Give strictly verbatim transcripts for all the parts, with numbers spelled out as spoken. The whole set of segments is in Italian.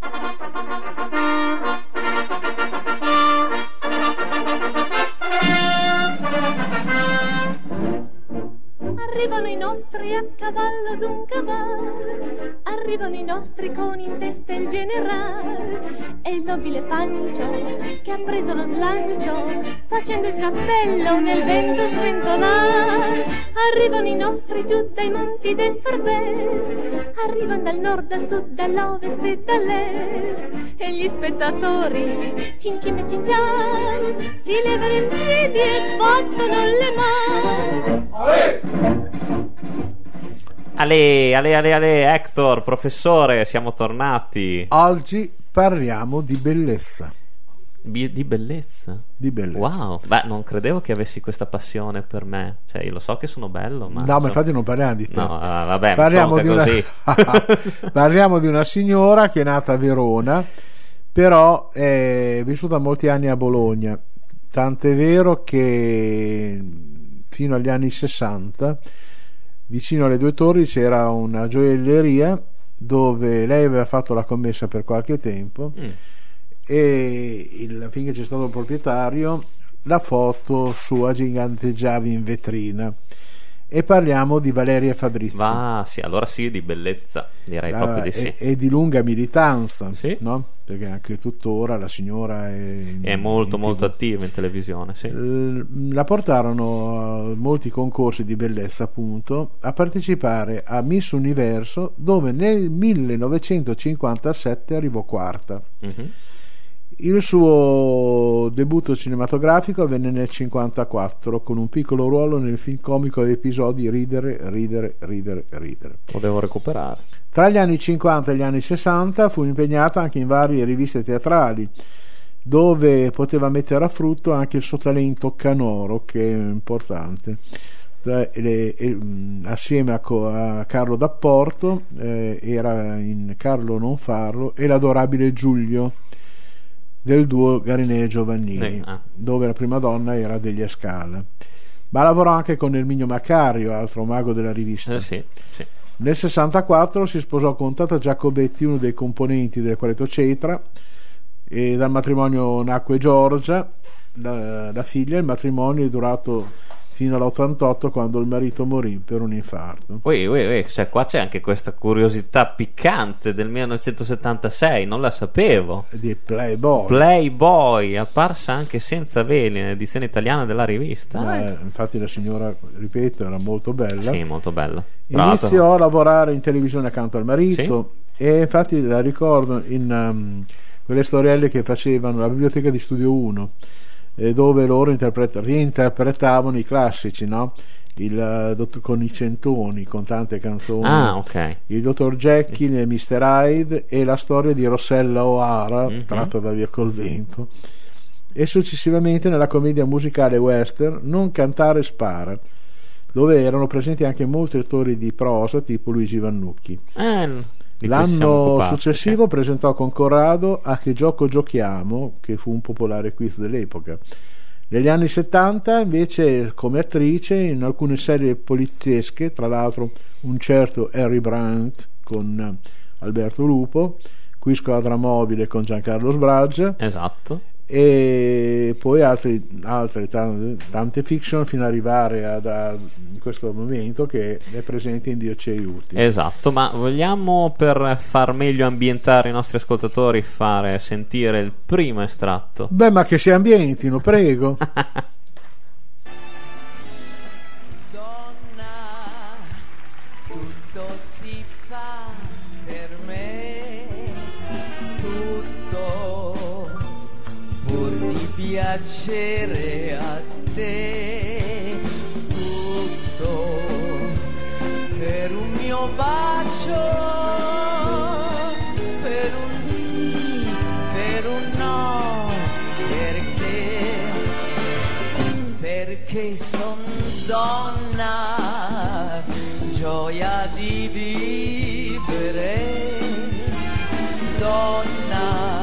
Arrivano i nostri a cavallo d'un cavallo, arrivano i nostri con in testa il generale e il nobile Pancio che ha preso lo slancio facendo il cappello nel vento sventolare. Arrivano i nostri giù dai monti del Farbes, arrivano dal nord, dal sud, dall'ovest e dall'est e gli spettatori cincin e cincian si levano in piedi e battono le mani. Ale, ale, ale, ale, Hector, professore, siamo tornati. Oggi parliamo di bellezza. Bi- di bellezza? Di bellezza. Wow, beh, non credevo che avessi questa passione per me. Cioè, io lo so che sono bello, ma... No, ma so... infatti non parliamo di te. No, uh, vabbè, parliamo di, una... così. parliamo di una signora che è nata a Verona, però è vissuta molti anni a Bologna. Tant'è vero che fino agli anni sessanta vicino alle Due Torri c'era una gioielleria dove lei aveva fatto la commessa per qualche tempo mm. e il, finché c'è stato il proprietario la foto sua giganteggiava in vetrina. E parliamo di Valeria Fabrizi. Ah, sì, allora sì, di bellezza, direi la, proprio di sì. E, e di lunga militanza, sì? No? Perché anche tuttora la signora è, in, è molto in molto attiva in televisione, sì. La portarono a molti concorsi di bellezza, appunto, a partecipare a Miss Universo, dove nel millenovecentocinquantasette arrivò quarta. Mm-hmm. Il suo debutto cinematografico avvenne nel cinquantaquattro con un piccolo ruolo nel film comico di episodi Ridere, ridere, ridere, ridere. Lo devo recuperare. Tra gli anni cinquanta e gli anni sessanta fu impegnata anche in varie riviste teatrali, dove poteva mettere a frutto anche il suo talento canoro, che è importante. Le, le, le, assieme a, a Carlo D'Apporto eh, era in Carlo Non Farlo e l'adorabile Giulio del duo Garinè e Giovannini, eh, ah. dove la prima donna era Delia Scala, ma lavorò anche con Erminio Macario, altro mago della rivista. Eh sì, sì. Nel sessantaquattro si sposò con Tata Giacobetti, uno dei componenti del Quartetto Cetra, e dal matrimonio nacque Giorgia, la, la figlia. Il matrimonio è durato fino all'ottantotto, quando il marito morì per un infarto. Ui, ui, ui, cioè, qua c'è anche questa curiosità piccante del millenovecentosettantasei, non la sapevo. Di Playboy. Playboy, apparsa anche senza veli nell'edizione italiana della rivista. Eh, infatti la signora, ripeto, era molto bella. Sì, molto bella. Iniziò a lavorare in televisione accanto al marito, sì? E infatti la ricordo in um, quelle storielle che facevano la biblioteca di Studio uno, dove loro interpret- reinterpretavano i classici, no? Il, uh, con i centoni, con tante canzoni. Ah, okay. Il dottor Jekyll e mister Hyde e la storia di Rossella O'Hara, mm-hmm. tratta da Via col Vento, e successivamente nella commedia musicale western Non cantare spara, dove erano presenti anche molti attori di prosa tipo Luigi Vannucchi. Eh. L'anno successivo sì. presentò con Corrado A che gioco giochiamo, che fu un popolare quiz dell'epoca. Negli anni settanta invece come attrice in alcune serie poliziesche, tra l'altro Un certo Harry Brandt con Alberto Lupo, Qui Squadra Mobile con Giancarlo Sbraggia, esatto, e poi altri, altre tante, tante fiction fino ad arrivare ad, a in questo momento che è presente in Dio ci aiuti. Esatto, ma vogliamo, per far meglio ambientare i nostri ascoltatori, fare sentire il primo estratto? Beh, ma che si ambientino, prego. Piacere a te, tutto per un mio bacio, per un sì, per un no, perché, perché son donna, gioia di vivere, donna,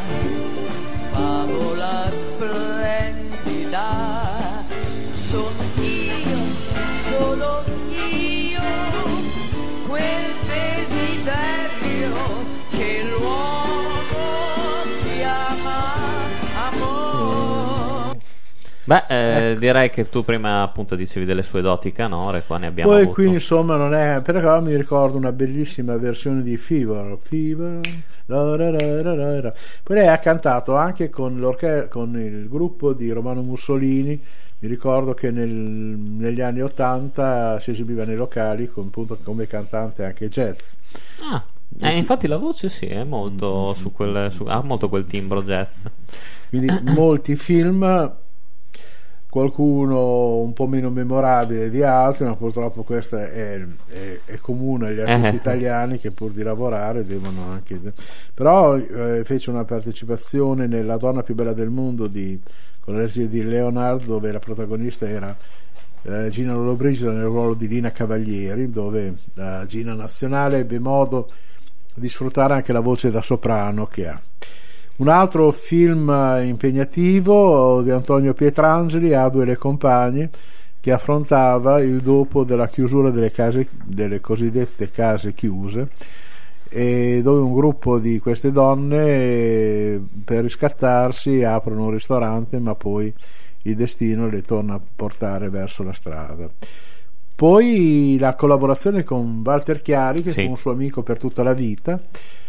favola splendida, son io, solo io, quel desiderio che l'uomo Beh, eh, ecco. direi che tu prima appunto dicevi delle sue doti canore, qua ne abbiamo Poi avuto. qui insomma non è, però mi ricordo una bellissima versione di Fever, Fever. Da, da, da, da, da, da. Poi lei ha cantato anche con, l'orche- con il gruppo di Romano Mussolini. Mi ricordo che nel, negli anni ottanta si esibiva nei locali con, appunto, come cantante anche jazz. Ah, eh, infatti la voce sì, è molto su quel, su, ha molto quel timbro jazz. Quindi molti film, qualcuno un po' meno memorabile di altri, ma purtroppo questo è, è, è comune agli artisti Eh. italiani che pur di lavorare devono anche... Però eh, fece una partecipazione nella Donna più bella del mondo di, con la regia di Leonard, dove la protagonista era eh, Gina Lollobrigida nel ruolo di Lina Cavalieri, dove la Gina nazionale ebbe modo di sfruttare anche la voce da soprano che ha. Un altro film impegnativo di Antonio Pietrangeli, Adue e le compagne, che affrontava il dopo della chiusura delle case, delle cosiddette case chiuse, e dove un gruppo di queste donne per riscattarsi aprono un ristorante, ma poi il destino le torna a portare verso la strada. Poi la collaborazione con Walter Chiari, che Sì. fu un suo amico per tutta la vita,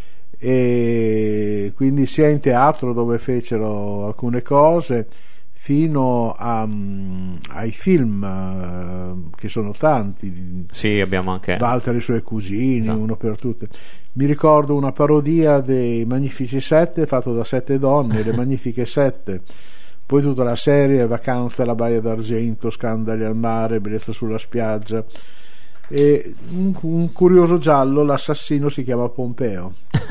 e quindi sia in teatro, dove fecero alcune cose, fino a, um, ai film, uh, che sono tanti. Sì, abbiamo anche Walter e i suoi cugini, Esatto. uno per tutte. Mi ricordo una parodia dei Magnifici Sette fatto da sette donne, le Magnifiche Sette. Poi tutta la serie Vacanze alla Baia d'Argento, Scandali al mare, Bellezza sulla spiaggia. E un, un curioso giallo, l'assassino si chiama Pompeo.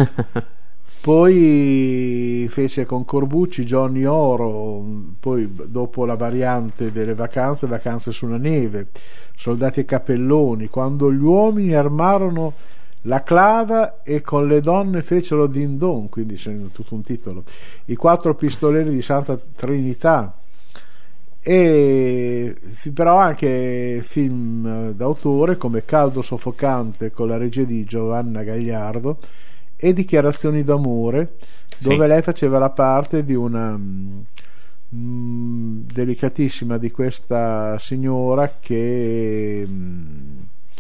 Poi fece con Corbucci Johnny Oro, poi dopo la variante delle Vacanze, Vacanze sulla neve, Soldati e cappelloni, Quando gli uomini armarono la clava e con le donne fecero din don, quindi c'è tutto un titolo, I quattro pistoleri di Santa Trinità. E però anche film d'autore come Caldo soffocante con la regia di Giovanna Gagliardo e Dichiarazioni d'amore, dove Sì. lei faceva la parte di una mm, delicatissima di questa signora che mm,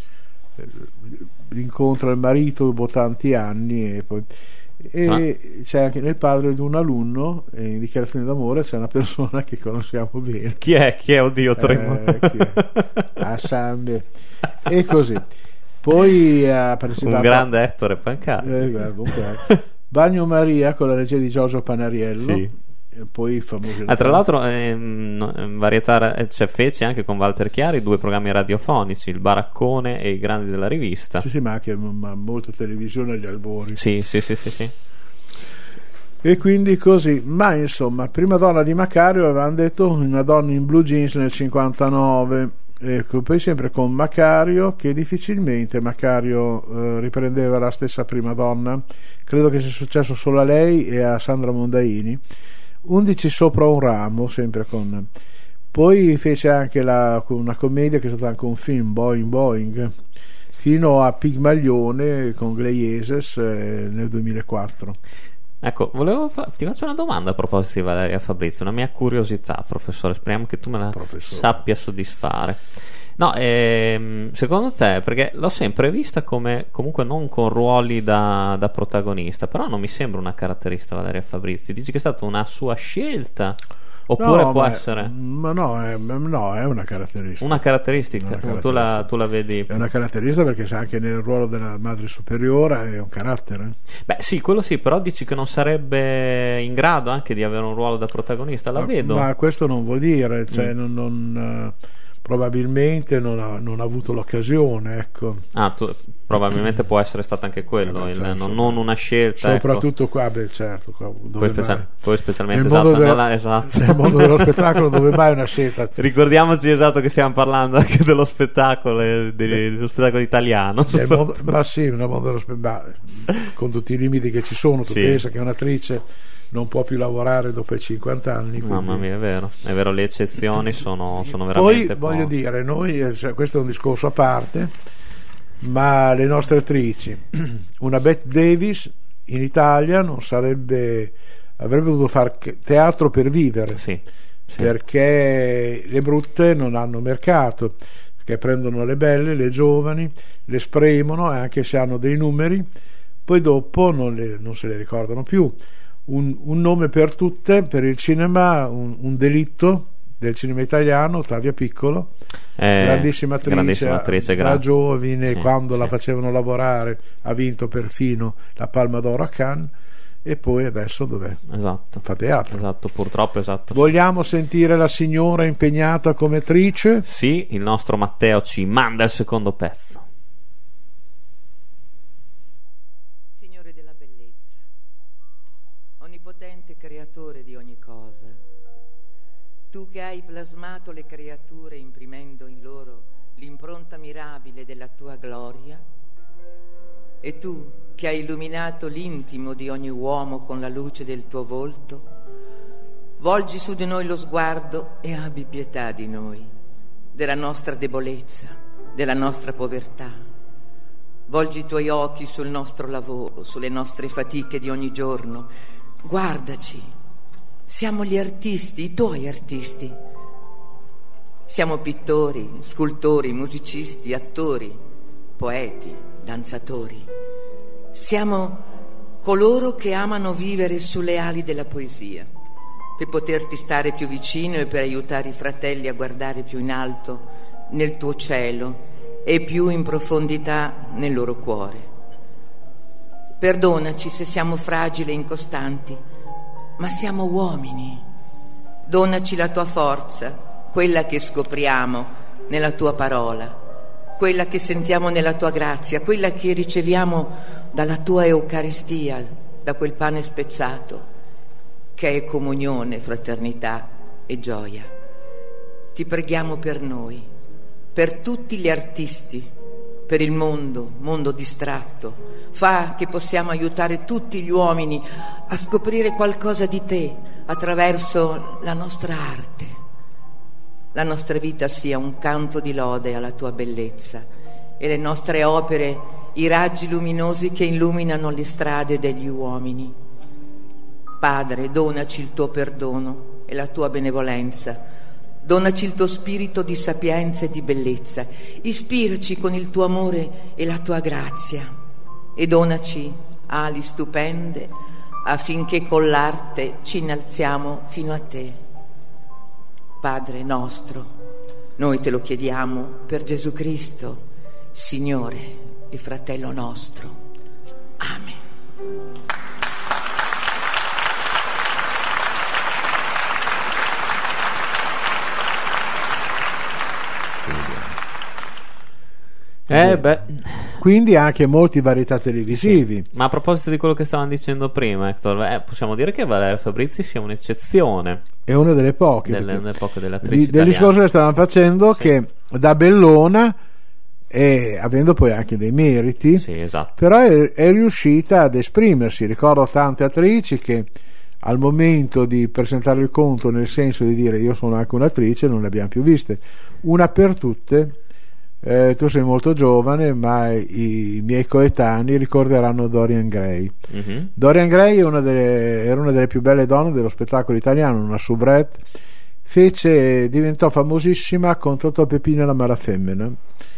incontra il marito dopo tanti anni e poi e Ah. c'è anche nel padre di un alunno, e in Dichiarazioni d'amore c'è una persona che conosciamo bene. Chi è? Chi è? Oddio, tremo. Eh, chi è? A Sambe. E così. Poi ha partecipato Un grande Ettore Pancari. eh, guarda, un crack. Bagnomaria con la regia di Giorgio Panariello. Sì. E poi i famosi Ah, tra l'altro ehm, no, ehm, varietà, eh, cioè fece anche con Walter Chiari due programmi radiofonici, Il Baraccone e I Grandi della Rivista. sì, sì, ma anche ma molta televisione agli albori. Sì, sì, sì, sì, sì. E quindi così, ma insomma, prima donna di Macario avevamo detto Una donna in blue jeans nel cinquantanove. Ecco, poi sempre con Macario, che difficilmente Macario eh, riprendeva la stessa prima donna, credo che sia successo solo a lei e a Sandra Mondaini. undici sopra un ramo, sempre con... Poi fece anche la, una commedia che è stata anche un film, Boing Boing, fino a Pigmalione con Gleieses eh, nel duemilaquattro. Ecco, volevo fa- ti faccio una domanda a proposito di Valeria Fabrizio, una mia curiosità, professore, speriamo che tu me la Professore. sappia soddisfare. No, ehm, secondo te, perché l'ho sempre vista come comunque non con ruoli da, da protagonista, però non mi sembra una caratteristica Valeria Fabrizio. Dici che è stata una sua scelta? Oppure No, può ma- essere ma no, è, no, è una caratteristica. una caratteristica? Una Tu, la, caratteristica. tu la vedi? È una caratteristica perché c'è anche nel ruolo della madre superiore è un carattere. Beh, sì, quello sì, però dici che non sarebbe in grado anche di avere un ruolo da protagonista? La ma, vedo. ma questo non vuol dire, cioè Mm. non, non, eh, probabilmente non ha, non ha avuto l'occasione, ecco. Ah, tu, probabilmente può essere stato anche quello, Eh beh, il- certo, non, sì. non una scelta. ecco. Soprattutto qua, beh, certo, qua, dove Poi, specia- mai? poi specialmente Nel mondo esatto, dello- nella- esatto. nel mondo dello spettacolo dove mai una scelta. Ricordiamoci esatto che stiamo parlando anche dello spettacolo, eh, degli- dello spettacolo italiano. Nel mondo, ma sì, nel mondo dello spettacolo, con tutti i limiti che ci sono, tu Sì. pensa che un'attrice non può più lavorare dopo i cinquanta anni. quindi- Mamma mia, è vero, è vero, le eccezioni sono, sono Poi veramente voglio poche. dire, noi, eh, cioè, questo è un discorso a parte, ma le nostre attrici, una Bette Davis in Italia non sarebbe, avrebbe dovuto fare teatro per vivere, Sì, Sì. Perché le brutte non hanno mercato, perché prendono le belle, le giovani, le spremono, e anche se hanno dei numeri poi dopo non, le, non se le ricordano più. Un, un nome per tutte, per il cinema, un, un delitto del cinema italiano, Ottavia Piccolo, eh, grandissima attrice, grandissima attrice da gra- giovane, sì, quando sì. la facevano lavorare ha vinto perfino la Palma d'Oro a Cannes, e poi adesso dov'è? Esatto. Fa teatro. Esatto, purtroppo, esatto. Sì. Vogliamo sentire la signora impegnata come attrice? Sì, il nostro Matteo ci manda il secondo pezzo. Signore della bellezza, onnipotente creatore di ogni cosa, tu che hai plasmato le creature imprimendo in loro l'impronta mirabile della tua gloria, e tu che hai illuminato l'intimo di ogni uomo con la luce del tuo volto, volgi su di noi lo sguardo e abbi pietà di noi, della nostra debolezza, della nostra povertà. Volgi i tuoi occhi sul nostro lavoro, sulle nostre fatiche di ogni giorno. Guardaci. Siamo gli artisti, i tuoi artisti. Siamo pittori, scultori, musicisti, attori, poeti, danzatori. Siamo coloro che amano vivere sulle ali della poesia, per poterti stare più vicino e per aiutare i fratelli a guardare più in alto nel tuo cielo e più in profondità nel loro cuore. Perdonaci se siamo fragili e incostanti, ma siamo uomini. Donaci la tua forza, quella che scopriamo nella tua parola, quella che sentiamo nella tua grazia, quella che riceviamo dalla tua Eucaristia, da quel pane spezzato, che è comunione, fraternità e gioia. Ti preghiamo per noi, per tutti gli artisti, per il mondo, mondo distratto. Fa che possiamo aiutare tutti gli uomini a scoprire qualcosa di te attraverso la nostra arte. La nostra vita sia un canto di lode alla tua bellezza e le nostre opere i raggi luminosi che illuminano le strade degli uomini. Padre, donaci il tuo perdono e la tua benevolenza. Donaci il tuo spirito di sapienza e di bellezza. Ispiraci con il tuo amore e la tua grazia. E donaci ali stupende affinché con l'arte ci innalziamo fino a te. Padre nostro, noi te lo chiediamo per Gesù Cristo, Signore e fratello nostro. Amen. Eh beh, Quindi anche molti varietà televisivi. ma a proposito di quello che stavamo dicendo prima, Hector, eh, possiamo dire che Valeria Fabrizi sia un'eccezione È una delle poche. delle, perché delle poche delle di- attrici del italiane. discorso che stavamo facendo, Sì. che da bellona, e avendo poi anche dei meriti, Sì, esatto. però è, è riuscita ad esprimersi. Ricordo tante attrici che al momento di presentare il conto, nel senso di dire io sono anche un'attrice, non le abbiamo più viste. Una per tutte, eh, tu sei molto giovane, ma i, i miei coetanei ricorderanno Dorian Gray. Mhm. Dorian Gray è una delle, era una delle più belle donne dello spettacolo italiano, una soubrette. Fece, diventò famosissima con Totò, Peppino e la Malafemmina.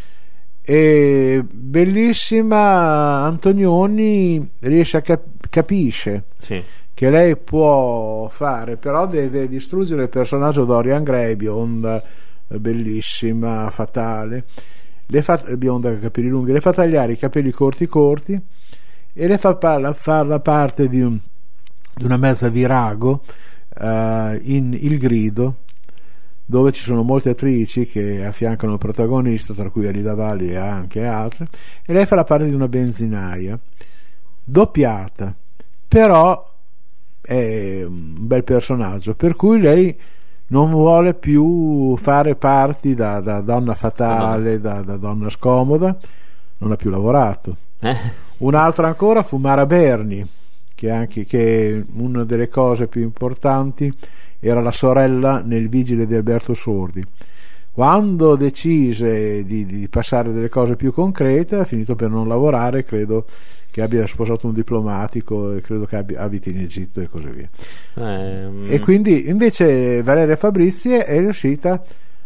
E bellissima. Antonioni riesce a cap- capisce Sì. che lei può fare, però deve distruggere il personaggio Dorian Gray, bionda, bellissima, fatale, le fa, bionda, capelli lunghi, le fa tagliare i capelli corti corti e le fa par- far la parte di, un, di una mezza virago uh, in Il Grido, dove ci sono molte attrici che affiancano il protagonista, tra cui Alida Valli e anche altre, e lei fa la parte di una benzinaia doppiata, però è un bel personaggio, per cui lei non vuole più fare parti da, da donna fatale, da, da donna scomoda, non ha più lavorato. Eh, Un'altra ancora fu Mara Berni, che anche che una delle cose più importanti era la sorella nel Vigile di Alberto Sordi. Quando decise di, di passare delle cose più concrete, ha finito per non lavorare, credo che abbia sposato un diplomatico e credo che abbia, abiti in Egitto e così via. Ehm... E quindi invece Valeria Fabrizi è riuscita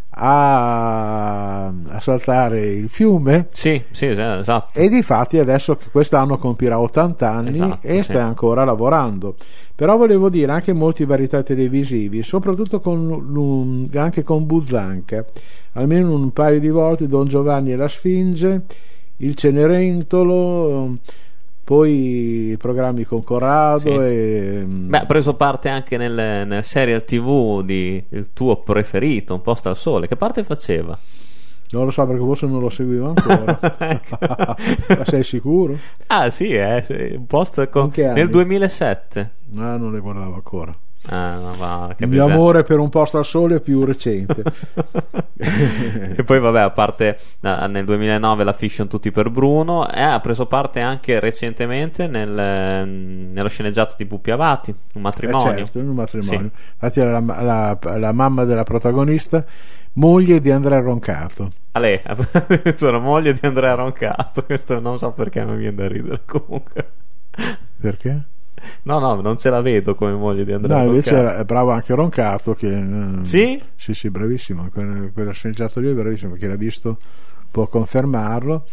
a, a saltare il fiume. Sì, sì, esatto. E difatti adesso che quest'anno compirà ottanta anni, esatto, e sì. sta ancora lavorando. Però volevo dire anche molti varietà televisivi, soprattutto con, anche con Buzzanca, almeno un paio di volte, Don Giovanni e la Sfinge, Il Cenerentolo, poi programmi con Corrado. Sì. E beh, ha preso parte anche nel, nel serial tv di il tuo preferito, Un posto al sole. Che parte faceva? Non lo so, perché forse non lo seguivo ancora. Ma sei sicuro? Ah sì, eh, un post con, nel duemilasette. No, non le guardavo ancora. Ah, no, va, il mio amore per Un posto al sole è più recente. E poi vabbè, a parte nel duemilanove la fiction Tutti per Bruno, eh, ha preso parte anche recentemente nel, nello sceneggiato di Pupi Avati, Un matrimonio. Eh certo, Un matrimonio. Sì. Infatti era la, la, la mamma della protagonista, moglie di Andrea Roncato. A lei, addirittura moglie di Andrea Roncato. Questo non so perché mi viene da ridere comunque. Perché? No, no, non ce la vedo come moglie di Andrea no, Roncato. invece era, è bravo anche Roncato che, sì? Sì, sì, bravissimo. Quella, quella sceneggiato lì è bravissimo, chi l'ha visto può confermarlo.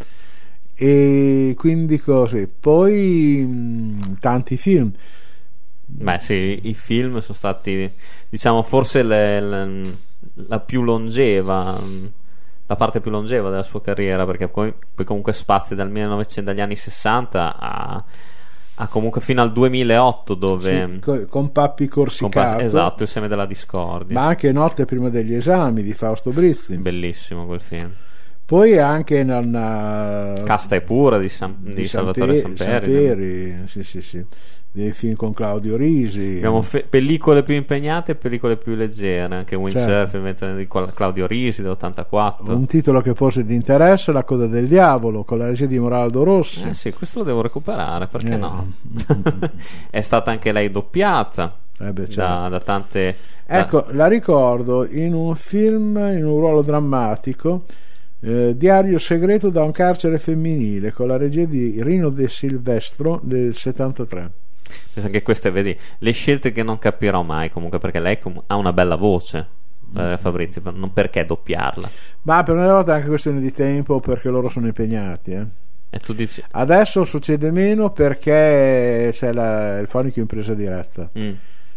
E quindi così. Poi mh, tanti film. Beh sì, i film sono stati, diciamo, forse le, le, la più longeva, la parte più longeva della sua carriera, perché poi, poi comunque spazia dal millenovecento, dagli anni sessanta a, a comunque fino al duemilaotto, dove sì, co- con Pappi Corsicato, con, esatto, Il seme della discordia, ma anche Notte prima degli esami di Fausto Brizzi, bellissimo quel film. Poi anche nella Casta e pura di, San, di, di Salvatore Samperi, Samperi, sì, sì, sì, dei film con Claudio Risi. Abbiamo fe- pellicole più impegnate e pellicole più leggere, anche Windsurf, certo, di Claudio Risi dell'ottantaquattro. Un titolo che fosse di interesse, La coda del diavolo, con la regia di Moraldo Rossi. Eh sì, questo lo devo recuperare, perché eh. no? È stata anche lei doppiata eh beh, certo. da, da tante. Ecco, da... la ricordo in un film, in un ruolo drammatico. Eh, Diario segreto da un carcere femminile, con la regia di Rino De Silvestro del settantatré. Penso che queste, vedi, le scelte che non capirò mai, comunque, perché lei com- ha una bella voce, eh, Fabrizio, non perché doppiarla. Ma per una volta è anche questione di tempo, perché loro sono impegnati, eh. E tu dici... Adesso succede meno perché c'è la, il fonico in presa diretta. Mm.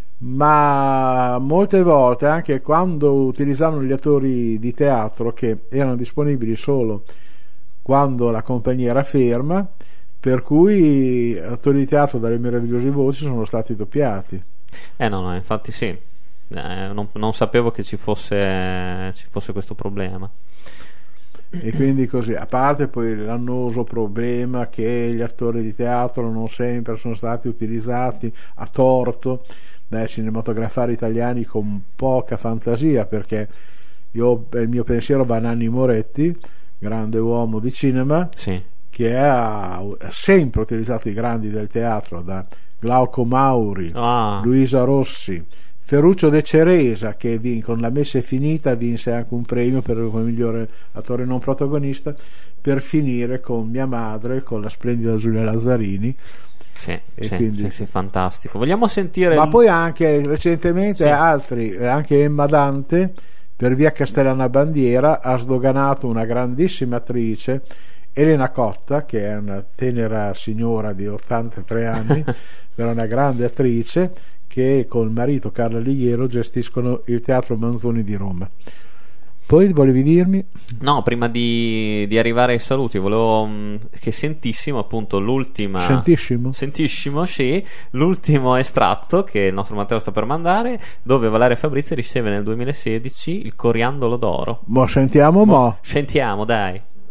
Ma molte volte, anche quando utilizzavano gli attori di teatro, che erano disponibili solo quando la compagnia era ferma, per cui attori di teatro dalle meravigliose voci sono stati doppiati. Eh no, no, infatti sì, eh, non, non sapevo che ci fosse, ci fosse questo problema. E quindi così, a parte poi l'annoso problema che gli attori di teatro non sempre sono stati utilizzati a torto dai cinematografari italiani con poca fantasia, perché io, il mio pensiero va a Nanni Moretti, grande uomo di cinema, sì, che ha, ha sempre utilizzato i grandi del teatro, da Glauco Mauri, ah. Luisa Rossi, Ferruccio De Ceresa, che vin, con La messa è finita vinse anche un premio per il migliore attore non protagonista, per finire con Mia madre, con la splendida Giulia Lazzarini. Sì, e sì, quindi... sì, sì, fantastico. Vogliamo sentire. Ma il... poi anche recentemente sì. altri, anche Emma Dante, per Via Castellana Bandiera, ha sdoganato una grandissima attrice, Elena Cotta, che è una tenera signora di ottantatré anni, però una grande attrice, che col marito Carla Lighiero gestiscono il Teatro Manzoni di Roma. Poi volevi dirmi? No, prima di, di arrivare ai saluti, volevo mh, che sentissimo appunto l'ultima. Sentissimo? Sentissimo, sì, l'ultimo estratto che il nostro Matteo sta per mandare, dove Valeria Fabrizi riceve nel duemilasedici il Coriandolo d'Oro. Mo sentiamo, mo. mo. Sentiamo, dai.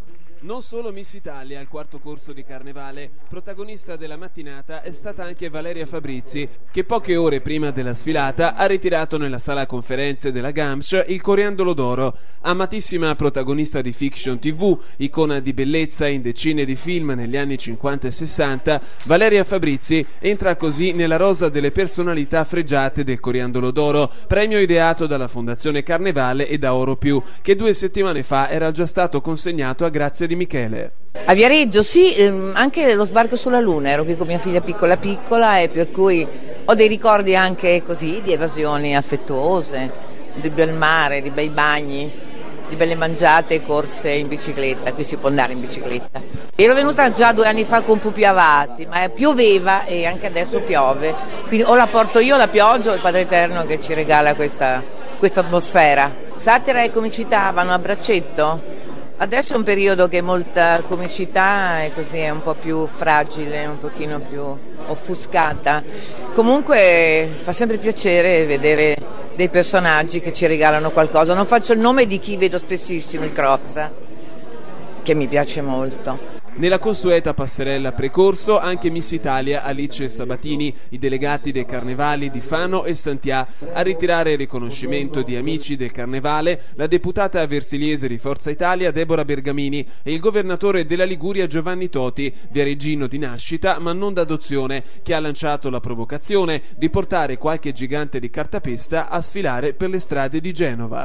Non solo Miss Italia al quarto corso di Carnevale, protagonista della mattinata è stata anche Valeria Fabrizi, che poche ore prima della sfilata ha ritirato nella sala conferenze della Gamsch il coriandolo d'oro. Amatissima protagonista di fiction tivù, icona di bellezza in decine di film negli anni cinquanta e sessanta, Valeria Fabrizi entra così nella rosa delle personalità fregiate del coriandolo d'oro, premio ideato dalla Fondazione Carnevale e da Oro Più, che due settimane fa era già stato consegnato a Grazia di Michele. A Viareggio, sì, ehm, anche lo sbarco sulla Luna, ero qui con mia figlia piccola piccola e per cui ho dei ricordi anche così di evasioni affettuose, di bel mare, di bei bagni, di belle mangiate e corse in bicicletta. Qui si può andare in bicicletta. Ero venuta già due anni fa con pupi avati, ma pioveva e anche adesso piove, quindi o la porto io la pioggia o il Padre Eterno che ci regala questa, questa atmosfera. Satira e comicità vanno a braccetto? Adesso è un periodo che molta comicità è così, è un po' più fragile, un pochino più offuscata. Comunque fa sempre piacere vedere dei personaggi che ci regalano qualcosa. Non faccio il nome di chi vedo spessissimo, il Crozza, che mi piace molto. Nella consueta passerella precorso anche Miss Italia Alice Sabatini, i delegati dei carnevali di Fano e Sant'Ia. A ritirare il riconoscimento di amici del carnevale la deputata versiliese di Forza Italia Deborah Bergamini e il governatore della Liguria Giovanni Toti, viareggino di nascita ma non d'adozione, che ha lanciato la provocazione di portare qualche gigante di cartapesta a sfilare per le strade di Genova.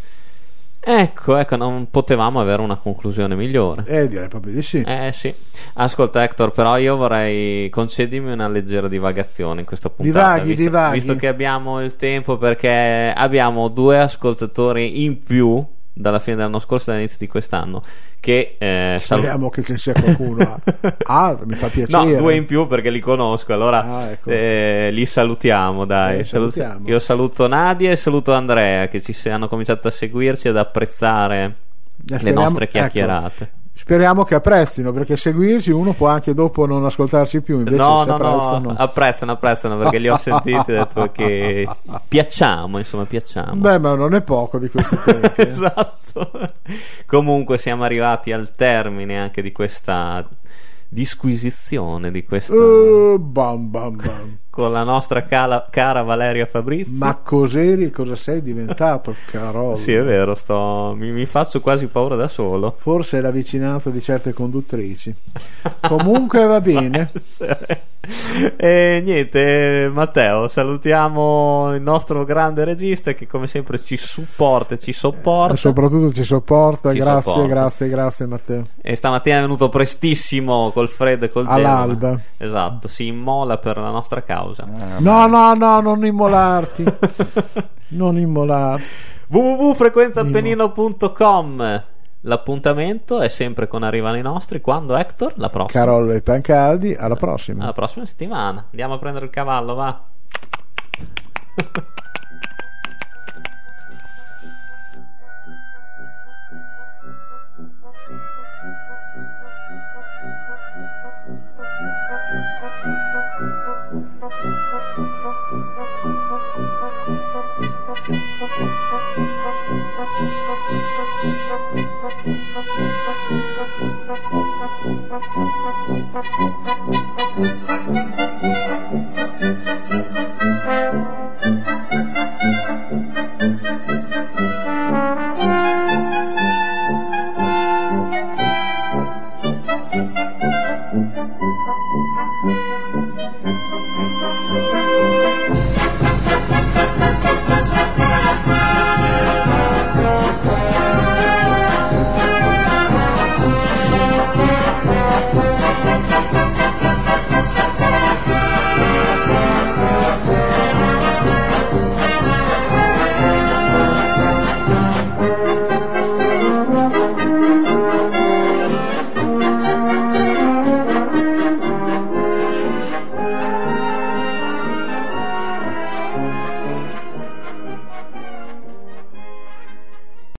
Ecco, ecco, non potevamo avere una conclusione migliore. Eh, direi proprio di sì. Eh sì. Ascolta Hector, però io vorrei concedimi una leggera divagazione in questa puntata. Divaghi, visto, divaghi. Visto che abbiamo il tempo, perché abbiamo due ascoltatori in più dalla fine dell'anno scorso e dall'inizio di quest'anno, che eh, speriamo sal- che ce ne sia qualcuno. Ah, mi fa piacere. No, due in più perché li conosco, allora ah, ecco. eh, li salutiamo, dai. Eh, salutiamo. Io saluto Nadia e saluto Andrea, che ci hanno cominciato a seguirci ed apprezzare eh, le nostre chiacchierate. Ecco. Speriamo che apprezzino, perché seguirci uno può anche dopo non ascoltarci più, invece no, se no, apprezzano... no, apprezzano, apprezzano, perché li ho sentiti e ho detto che piacciamo, insomma, piacciamo. Beh, ma non è poco di questi tempi. Esatto. Comunque siamo arrivati al termine anche di questa disquisizione, di questa... Uh, bam, bam, bam. Con la nostra cala, cara Valeria Fabrizi. Ma cos'eri, cosa sei diventato, Carolo? Sì, è vero, sto, mi, mi faccio quasi paura da solo. Forse è la vicinanza di certe conduttrici. Comunque va bene. E niente, Matteo, salutiamo il nostro grande regista che come sempre ci supporta e ci sopporta. E soprattutto ci sopporta, ci grazie, sopporta. grazie, grazie Matteo. E stamattina è venuto prestissimo col freddo e col gelo. All'alba. Esatto, si immola per la nostra causa. No, no, no, non immolarti. Non immolarti. w w w punto frequenza appennino punto com. L'appuntamento è sempre con Arrivano i Nostri. Quando, Hector? La prossima. Carollo e Pancaldi, alla prossima. Alla prossima settimana. Andiamo a prendere il cavallo, va. Thank you.